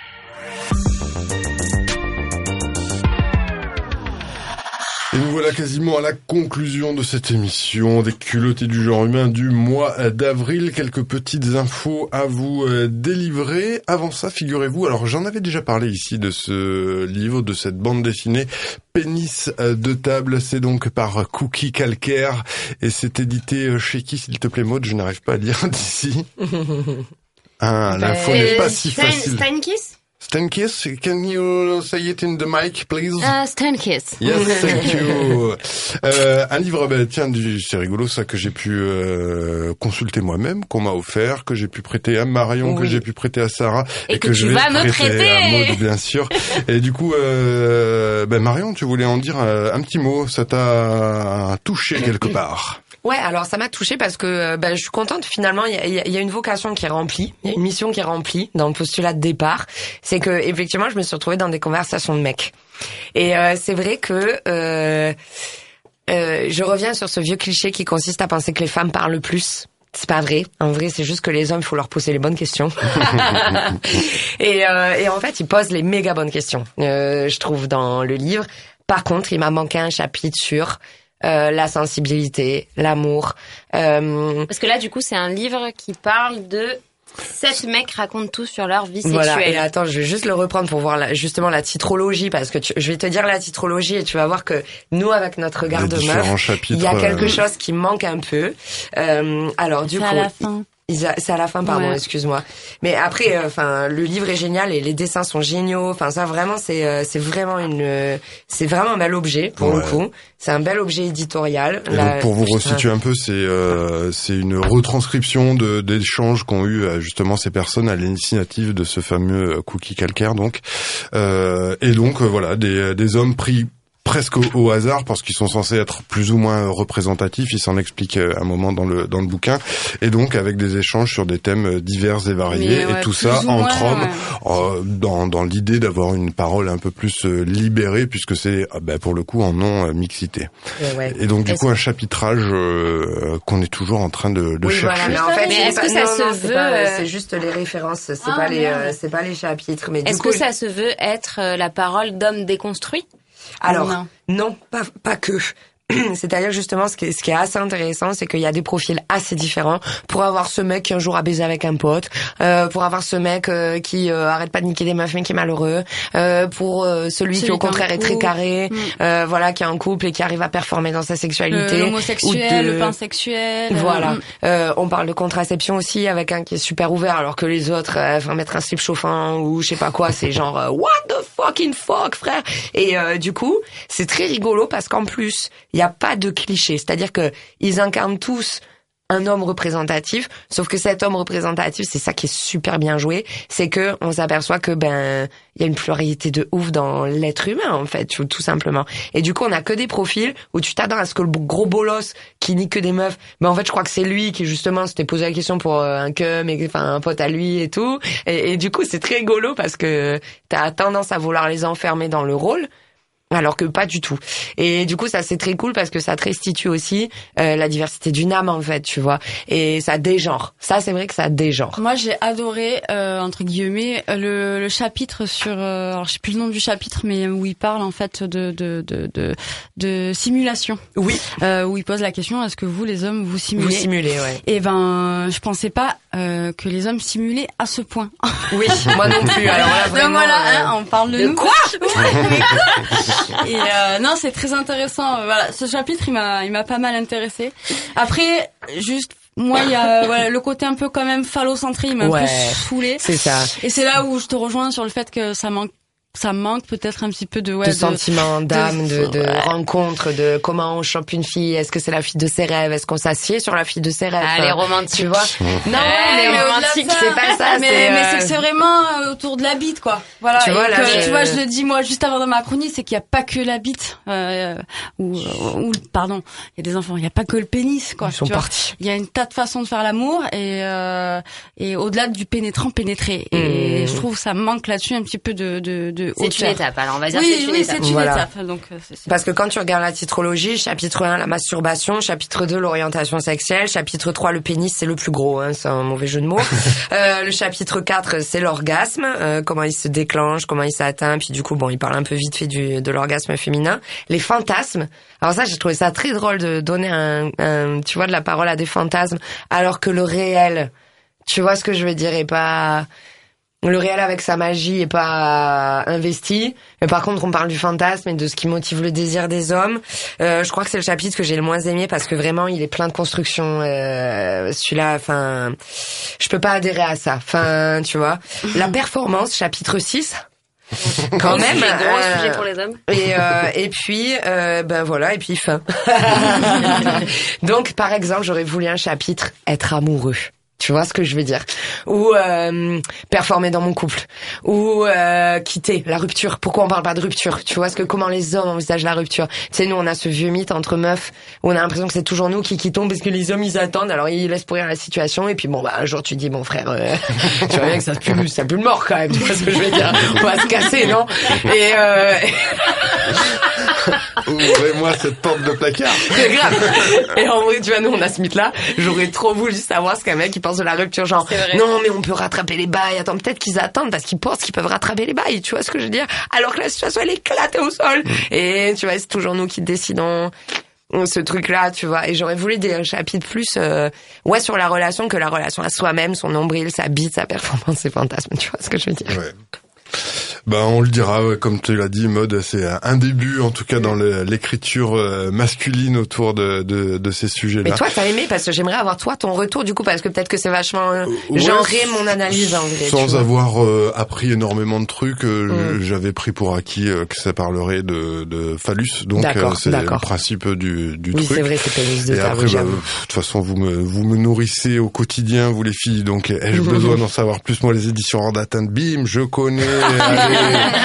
Et nous voilà quasiment à la conclusion de cette émission des culottés du genre humain du mois d'avril. Quelques petites infos à vous euh, délivrer. Avant ça, figurez-vous, alors j'en avais déjà parlé ici de ce livre, de cette bande dessinée Pénis de table. C'est donc par Cookie Calcaire et c'est édité chez qui, s'il te plaît, Maud? Je n'arrive pas à lire d'ici. Ah, l'info ben, n'est pas si Stein, facile. Steinkiss? Steinkiss, can you say it in the mic, please? Uh, Steinkiss. Yes, thank you. euh, un livre, bah, tiens, du, c'est rigolo ça, que j'ai pu euh, consulter moi-même, qu'on m'a offert, que j'ai pu prêter à Marion, oui. que j'ai pu prêter à Sarah, et, et que, que tu je vais vas me prêter prêter à Maud, bien sûr. Et du coup, euh, bah, Marion, tu voulais en dire un, un petit mot, ça t'a touché quelque part? Ouais, alors ça m'a touchée parce que ben, je suis contente finalement, il y a, il y a une vocation qui est remplie, il y a une mission qui est remplie dans le postulat de départ, c'est que effectivement je me suis retrouvée dans des conversations de mecs. Et euh, c'est vrai que euh, euh, je reviens sur ce vieux cliché qui consiste à penser que les femmes parlent plus. C'est pas vrai. En vrai, c'est juste que les hommes, il faut leur poser les bonnes questions. et, euh, et en fait, ils posent les méga bonnes questions, euh, je trouve, dans le livre. Par contre, il m'a manqué un chapitre sur Euh, la sensibilité, l'amour. Euh... Parce que là, du coup, c'est un livre qui parle de sept mecs racontent tout sur leur vie voilà. sexuelle. Et attends, je vais juste le reprendre pour voir la, justement la titrologie, parce que tu, je vais te dire la titrologie et tu vas voir que nous, avec notre regard les de meuf, il y a quelque euh... chose qui manque un peu. Euh, alors du c'est coup. À la fin. C'est à la fin, pardon, ouais. excuse-moi. Mais après, enfin, euh, le livre est génial et les dessins sont géniaux. Enfin, ça vraiment, c'est, euh, c'est vraiment une, euh, c'est vraiment un bel objet pour ouais. le coup. C'est un bel objet éditorial. Et Là, donc pour vous resituer un peu, c'est, euh, c'est une retranscription de d'échanges qu'ont eu euh, justement ces personnes à l'initiative de ce fameux Cookie Calcaire, donc. Euh, et donc euh, voilà, des des hommes pris presque au, au hasard parce qu'ils sont censés être plus ou moins représentatifs, il s'en explique un moment dans le dans le bouquin, et donc avec des échanges sur des thèmes divers et variés, ouais, et tout ça entre moins, hommes, ouais. euh, dans dans l'idée d'avoir une parole un peu plus libérée, puisque c'est bah, pour le coup en non mixité. Ouais, ouais. Et donc du est-ce coup un chapitrage euh, qu'on est toujours en train de, de oui, chercher. Voilà, mais en fait, mais est-ce pas, que ça non, se non, veut c'est, pas, c'est juste les références, c'est ah, pas les euh, c'est pas les chapitres, mais du est-ce coup, que je... ça se veut être la parole d'hommes déconstruits? Alors, non, non pas, pas que. C'est-à-dire justement ce qui est, ce qui est assez intéressant, c'est qu'il y a des profils assez différents pour avoir ce mec qui un jour a baisé avec un pote, euh, pour avoir ce mec euh, qui euh, arrête pas de niquer des meufs mais qui est malheureux, euh, pour euh, celui, celui qui au contraire est très carré, mmh. euh, voilà, qui est en couple et qui arrive à performer dans sa sexualité, le, l'homosexuel, de... le pansexuel, voilà. Mmh. Euh, on parle de contraception aussi avec un qui est super ouvert, alors que les autres, euh, enfin mettre un slip chauffant ou je sais pas quoi, c'est genre euh, what the fucking fuck frère. Et euh, du coup, c'est très rigolo parce qu'en plus il y a pas de cliché, c'est-à-dire que ils incarnent tous un homme représentatif, sauf que cet homme représentatif, c'est ça qui est super bien joué, c'est que on s'aperçoit que ben il y a une pluralité de ouf dans l'être humain en fait, tout simplement. Et du coup, on a que des profils où tu t'attends à ce que le gros bolos qui nique que des meufs, mais en fait, je crois que c'est lui qui justement s'était posé la question pour un cum et enfin un pote à lui et tout. Et, et du coup, c'est très rigolo parce que t'as tendance à vouloir les enfermer dans le rôle. Alors que pas du tout. Et du coup, ça c'est très cool parce que ça te restitue aussi euh, la diversité d'une âme en fait, tu vois. Et ça dégenre. Ça c'est vrai que ça dégenre. Moi j'ai adoré euh, entre guillemets le, le chapitre sur, euh, alors je sais plus le nom du chapitre, mais où il parle en fait de de de de, de simulation. Oui. Euh, où il pose la question, est-ce que vous les hommes vous simulez? Vous simulez, ouais. Et ben je pensais pas euh, que les hommes simulaient à ce point. Oui, moi non plus. Alors là vraiment. Donc voilà, euh... hein, on parle de, de nous. Quoi? Et euh, non, c'est très intéressant. Voilà, ce chapitre, il m'a, il m'a pas mal intéressé. Après, juste, moi, il y a voilà, le côté un peu quand même phallocentré, il m'a ouais, un peu saoulé. C'est ça. Et c'est là où je te rejoins sur le fait que ça manque ça manque peut-être un petit peu de ouais, de, de sentiments d'âme, de, de, de ouais. rencontre, de comment on chope une fille. Est-ce que c'est la fille de ses rêves? Est-ce qu'on s'assied sur la fille de ses rêves? Ah, les romantiques. Tu vois? Non, ouais, mais, mais romantique, ça, c'est pas ça. Mais c'est, mais euh... c'est que c'est vraiment euh, autour de la bite, quoi. Voilà. Tu et vois, là, que, je... tu vois, je le dis moi juste avant dans ma chronique, c'est qu'il y a pas que la bite, euh, ou, ou pardon, il y a des enfants, il y a pas que le pénis, quoi. Ils sont tu vois. partis. Il y a une tas de façons de faire l'amour et euh, et au-delà du pénétrant, pénétrer. Et mmh. je trouve que ça manque là-dessus un petit peu de de de. C'est une étape. Alors on va dire oui, c'est une oui, étape. c'est une voilà. étape. Donc c'est, c'est... Parce que quand tu regardes la titrologie, chapitre un, la masturbation, chapitre deux, l'orientation sexuelle, chapitre trois, le pénis, c'est le plus gros, hein, c'est un mauvais jeu de mots. euh, le chapitre quatre, c'est l'orgasme, euh, comment il se déclenche, comment il s'atteint, puis du coup, bon, il parle un peu vite fait du, de l'orgasme féminin. Les fantasmes. Alors ça, j'ai trouvé ça très drôle de donner un, un, tu vois, de la parole à des fantasmes, alors que le réel, tu vois ce que je veux dire, est pas... Le réel avec sa magie est pas investi, mais par contre on parle du fantasme et de ce qui motive le désir des hommes. Euh, je crois que c'est le chapitre que j'ai le moins aimé parce que vraiment il est plein de constructions. Euh, celui-là, enfin, je peux pas adhérer à ça. Enfin, tu vois, la performance, chapitre six. Quand même, sujet, gros euh, sujet pour les hommes. Et euh, et puis euh, ben voilà et puis fin. Donc par exemple j'aurais voulu un chapitre être amoureux. Tu vois ce que je veux dire? Ou euh, performer dans mon couple, ou euh, quitter, la rupture. Pourquoi on parle pas de rupture? Tu vois ce que comment les hommes envisagent la rupture? Tu sais, nous on a ce vieux mythe entre meufs où on a l'impression que c'est toujours nous qui quittons parce que les hommes ils attendent, alors ils laissent pourrir la situation et puis bon bah un jour tu dis bon frère, euh, tu vois bien que ça pue, ça pue le mort quand même. Tu vois ce que je veux dire? On va se casser, non? Et euh... ouvrez-moi cette porte de placard. C'est grave. Et en vrai, tu vois, nous, on a ce mythe-là. J'aurais trop voulu savoir ce qu'un mec qui pense de la rupture, genre, non, mais on peut rattraper les bails. Attends, peut-être qu'ils attendent parce qu'ils pensent qu'ils peuvent rattraper les bails. Tu vois ce que je veux dire? Alors que la situation, elle est éclatée au sol. Et tu vois, c'est toujours nous qui décidons ce truc-là, tu vois. Et j'aurais voulu des chapitres plus, euh, ouais, sur la relation que la relation à soi-même, son nombril, sa bite, sa performance, ses fantasmes. Tu vois ce que je veux dire? Ouais. Ben on le dira, ouais, comme tu l'as dit, Maud, c'est un début en tout cas dans le, l'écriture masculine autour de, de, de ces sujets-là. Mais toi, t'as aimé parce que j'aimerais avoir toi ton retour du coup parce que peut-être que c'est vachement euh, ouais, genré mon analyse en vrai. Sans avoir euh, appris énormément de trucs, euh, mm. j'avais pris pour acquis euh, que ça parlerait de, de phallus, donc euh, c'est d'accord. Le principe du, du oui, truc. Oui, c'est vrai, c'est pénis de Et ta, après, oui, bah, de toute façon, vous me vous me nourrissez au quotidien, vous les filles, donc ai-je besoin d'en savoir plus? Moi, les éditions hors d'atteinte, bim, je connais. Allez,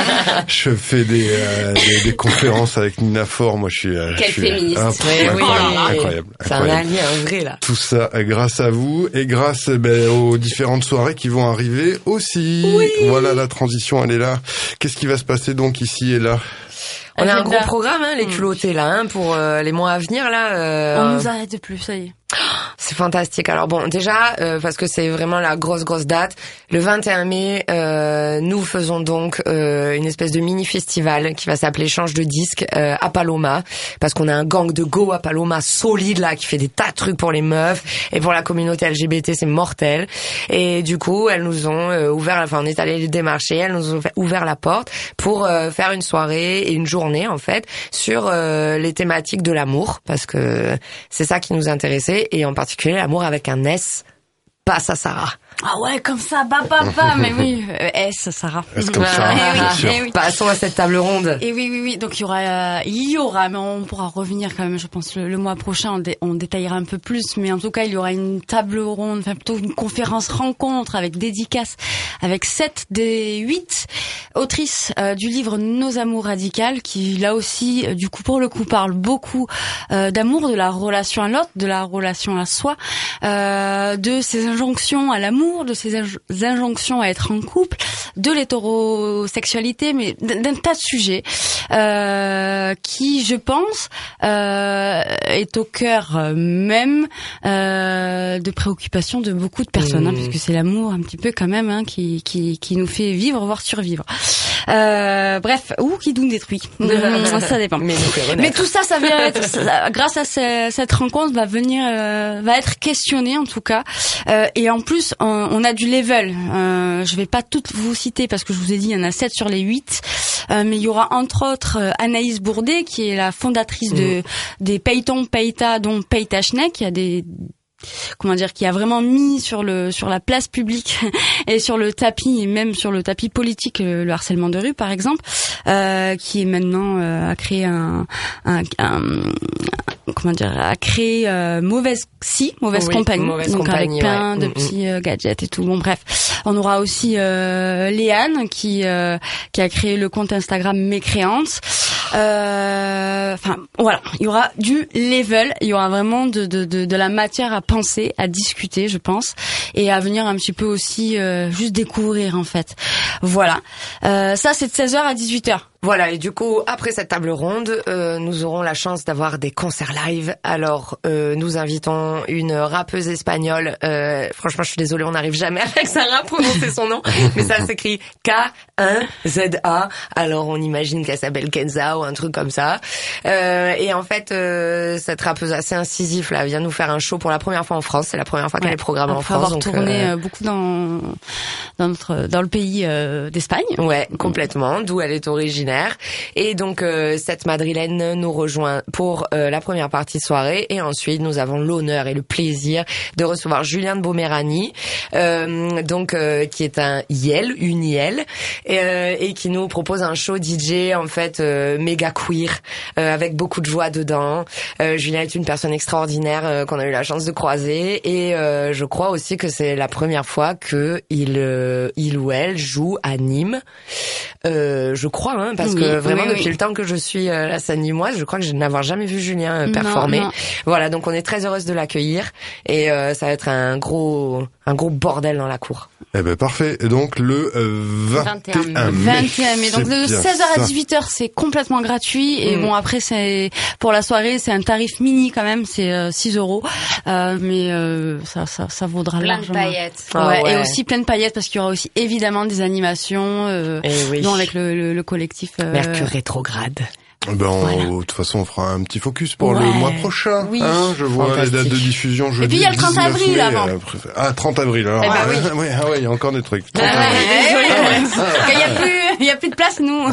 je fais des, euh, des des conférences avec Nina Fort. Moi, je suis. Euh, Quelle je suis féministe. Incroyable, oui, incroyable, incroyable. C'est un allié, un vrai là. Tout ça grâce à vous et grâce ben, aux différentes soirées qui vont arriver aussi. Oui. Voilà, la transition, elle est là. Qu'est-ce qui va se passer donc ici et là? On a un gros programme, hein, les culottés là, hein, pour euh, les mois à venir là. Euh... On nous arrête plus, ça y est. C'est fantastique. Alors bon, déjà, euh, parce que c'est vraiment la grosse, grosse date, le vingt et un mai, euh, nous faisons donc euh, une espèce de mini-festival qui va s'appeler Change de disque euh, à Paloma, parce qu'on a un gang de go à Paloma solide là, qui fait des tas de trucs pour les meufs, et pour la communauté L G B T, c'est mortel. Et du coup, elles nous ont euh, ouvert, enfin on est allé les démarcher, elles nous ont ouvert la porte pour euh, faire une soirée et une journée, en fait, sur euh, les thématiques de l'amour, parce que c'est ça qui nous intéressait, et en particulier l'amour avec un S, pas ça Sarah. Ah ouais, comme ça, bah, bah, bah, mais oui, euh, S, Sarah. S comme ça, eh bien oui, sûr. eh oui. Passons à cette table ronde. Et oui, oui, oui, donc il y aura, euh, il y aura, mais on pourra revenir quand même, je pense, le, le mois prochain, on, dé, on détaillera un peu plus, mais en tout cas, il y aura une table ronde, enfin plutôt une conférence rencontre avec dédicace, avec sept des huit autrices euh, du livre Nos amours radicales, qui là aussi, euh, du coup, pour le coup, parle beaucoup euh, d'amour, de la relation à l'autre, de la relation à soi, euh, de ses injonctions à l'amour, de ses inj- injonctions à être en couple, de l'hétérosexualité, mais d'un tas de sujets euh, qui, je pense, euh, est au cœur même euh, de préoccupations de beaucoup de personnes, mmh. hein, puisque c'est l'amour un petit peu quand même hein, qui, qui, qui nous fait vivre, voire survivre. Euh, bref, ou qui nous détruit, ça dépend. Mais, mais tout ça, ça vient être, ça, grâce à ce, cette rencontre, va venir, euh, va être questionné en tout cas. Euh, et en plus, on, on a du level. Euh, je vais pas toutes vous citer parce que je vous ai dit, il y en a sept sur les huit. Euh, mais il y aura entre autres Anaïs Bourdet, qui est la fondatrice de, mmh. des Payton Payta, dont Payta Schneck. Il y a des comment dire, qui a vraiment mis sur le sur la place publique et sur le tapis et même sur le tapis politique le, le harcèlement de rue par exemple, euh, qui est maintenant euh, a créé un, un, un comment dire, a créé euh, mauvaise si mauvaise oui, compagnie, mauvaise donc compagnie, avec plein ouais. de mmh, petits euh, gadgets et tout. Bon bref, on aura aussi euh, Léane qui euh, qui a créé le compte Instagram Mécréante. Euh, enfin voilà, il y aura du level, il y aura vraiment de de de, de la matière à penser, à discuter, je pense, et à venir un petit peu aussi euh, juste découvrir en fait. Voilà. Euh, ça c'est de seize heures à dix-huit heures. Voilà, et du coup, après cette table ronde, euh, nous aurons la chance d'avoir des concerts live. Alors, euh, nous invitons une rappeuse espagnole. Euh, franchement, je suis désolée, on n'arrive jamais avec Sarah à prononcer son nom, mais ça s'écrit K un Z A. Alors, on imagine qu'elle s'appelle Kenza ou un truc comme ça. Euh, et en fait, euh, cette rappeuse assez incisive là vient nous faire un show pour la première fois en France. C'est la première fois qu'elle Ouais. est programmée en Après France. avoir donc, tourné euh, euh, beaucoup dans dans notre dans le pays euh, d'Espagne. Ouais, complètement, d'où elle est originaire. Et donc euh, cette madrilène nous rejoint pour euh, la première partie de soirée, et ensuite nous avons l'honneur et le plaisir de recevoir Julien de Beauméranie, euh, donc euh, qui est un Yel, une Yel, et, euh, et qui nous propose un show D J en fait euh, méga queer, euh, avec beaucoup de joie dedans. Euh, Julien est une personne extraordinaire euh, qu'on a eu la chance de croiser, et euh, je crois aussi que c'est la première fois que il euh, il ou elle joue à Nîmes. Euh, je crois, hein, parce Oui, que vraiment oui, depuis oui. le temps que je suis euh, la scène nîmoise, je crois que je n'avoir jamais vu Julien euh, performer. Non, non. Voilà, donc on est très heureuse de l'accueillir, et euh, ça va être un gros un gros bordel dans la cour. Eh ben parfait. Et donc le euh, vingt et un mai. vingt et un mai. Donc de C'est bien seize heures à ça. dix-huit heures, c'est complètement gratuit. Et Mm. bon, après, c'est pour la soirée, c'est un tarif mini quand même, c'est euh, six euros. Euh, mais euh, ça, ça, ça vaudra Plein de largement. paillettes. Ah Ouais, ouais. Et aussi plein de paillettes parce qu'il y aura aussi évidemment des animations, euh, Et oui. dont avec le, le, le collectif. Euh, Mercure rétrograde. Ben, on- Voilà. de toute façon, on fera un petit focus pour le Ouais. mois prochain. Oui. Hein, je vois Fantastique. les dates de diffusion. Jeudi, puis, il y a le trente dix-neuf avril mai, avant. euh, Ah, trente avril. Alors, Eh ben ah, oui. ouais, ah ouais, il y a encore des trucs. Ah trente ouais, avril. désolée, Ah, ouais. ah. Parce qu'il y a plus, il y a plus de place nous.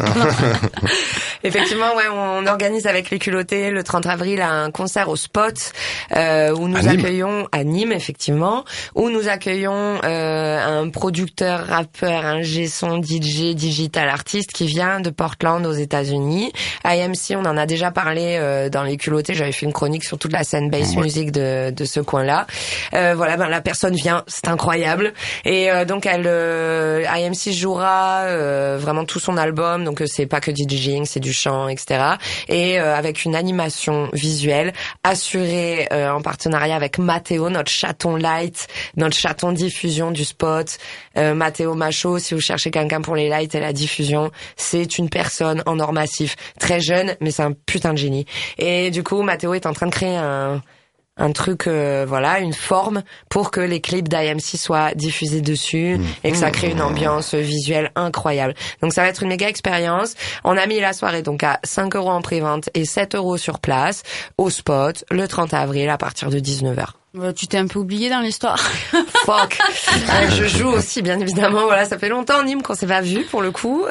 Effectivement, ouais, on organise avec les culottés le trente avril un concert au Spot, euh, où nous À Nîmes. accueillons à Nîmes, effectivement, où nous accueillons euh, un producteur, rappeur, un G-son, D J, digital artiste qui vient de Portland aux États-Unis. I M C, on en a déjà parlé euh, dans les culottés. J'avais fait une chronique sur toute la scène bass Ouais. music de de ce coin-là. Euh, voilà, ben la personne vient, c'est incroyable. Et euh, donc elle, euh, I M C jouera euh, vraiment tout son album. Donc euh, c'est pas que du DJing, c'est du chant, et cetera. Et euh, avec une animation visuelle assurée euh, en partenariat avec Mathéo, notre chaton light, notre chaton diffusion du Spot. Euh, Mathéo Macho, si vous cherchez quelqu'un pour les lights et la diffusion, c'est une personne en or massif, très jeune, mais c'est un putain de génie. Et du coup, Mathéo est en train de créer un un truc, euh, voilà, une forme pour que les clips d'I M C soient diffusés dessus et que ça crée une ambiance visuelle incroyable. Donc ça va être une méga expérience. On a mis la soirée donc à cinq euros en pré-vente et sept euros sur place au Spot le trente avril à partir de dix-neuf heures. Euh, tu t'es un peu oublié dans l'histoire. Fuck. Euh, je joue aussi, bien évidemment. Voilà, ça fait longtemps Nîmes qu'on s'est pas vu pour le coup.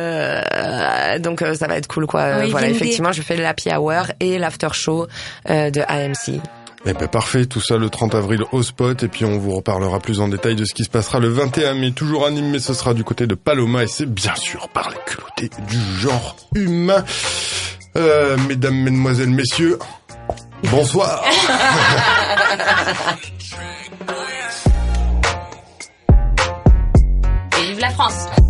Euh, donc euh, ça va être cool, quoi. Euh, Oui, voilà, bien effectivement, je fais l'happy hour et l'after show euh, de I M C. Eh ben parfait, tout ça le trente avril au Spot, et puis on vous reparlera plus en détail de ce qui se passera le vingt et un mai, toujours à Nîmes, mais ce sera du côté de Paloma, et c'est bien sûr par les culottés du genre humain. Euh, mesdames, mesdemoiselles, messieurs, bonsoir. Et vive la France!